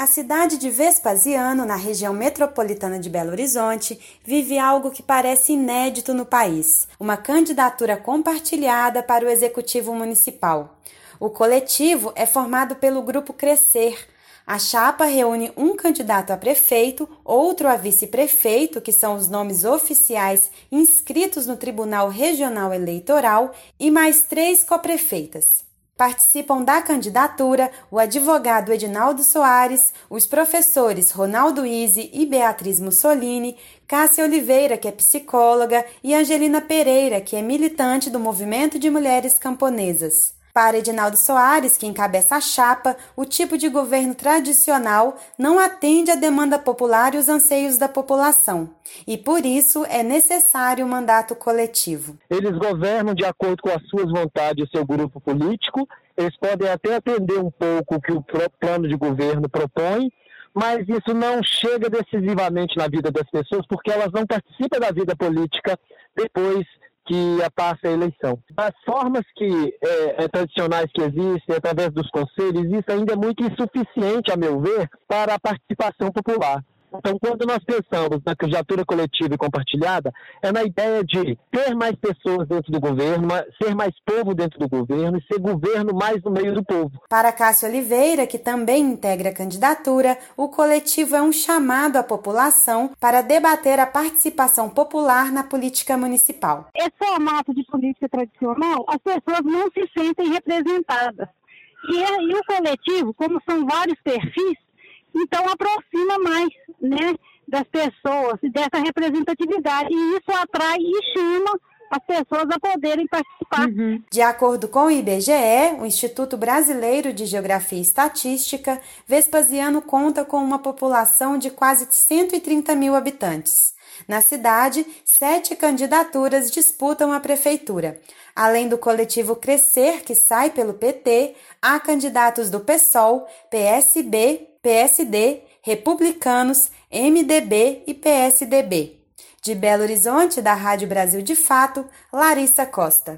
A cidade de Vespasiano, na região metropolitana de Belo Horizonte, vive algo que parece inédito no país: uma candidatura compartilhada para o Executivo Municipal. O coletivo é formado pelo Grupo Crescer. A chapa reúne um candidato a prefeito, outro a vice-prefeito, que são os nomes oficiais inscritos no Tribunal Regional Eleitoral, e mais 3 coprefeitas. Participam da candidatura o advogado Edinaldo Soares, os professores Ronaldo Izzi e Beatriz Mussolini, Cássia Oliveira, que é psicóloga, e Angelina Pereira, que é militante do Movimento de Mulheres Camponesas. Para Edinaldo Soares, que encabeça a chapa, o tipo de governo tradicional não atende à demanda popular e os anseios da população. E, por isso, é necessário um mandato coletivo. Eles governam de acordo com as suas vontades, o seu grupo político. Eles podem até atender um pouco o que o plano de governo propõe, mas isso não chega decisivamente na vida das pessoas, porque elas não participam da vida política depois que passa a eleição. As formas tradicionais que existem, através dos conselhos, isso ainda é muito insuficiente, a meu ver, para a participação popular. Então, quando nós pensamos na candidatura coletiva e compartilhada, é na ideia de ter mais pessoas dentro do governo, ser mais povo dentro do governo e ser governo mais no meio do povo. Para Cássia Oliveira, que também integra a candidatura, o coletivo é um chamado à população para debater a participação popular na política municipal. Esse formato de política tradicional, as pessoas não se sentem representadas. E o coletivo, como são vários perfis, então aproxima mais, das pessoas e dessa representatividade. E isso atrai e chama as pessoas a poderem participar. De acordo com o IBGE, o Instituto Brasileiro de Geografia e Estatística, Vespasiano conta com uma população de quase 130 mil habitantes. Na cidade, 7 candidaturas disputam a prefeitura. Além do coletivo Crescer, que sai pelo PT, há candidatos do PSOL, PSB, PSD, Republicanos, MDB e PSDB. De Belo Horizonte, da Rádio Brasil de Fato, Larissa Costa.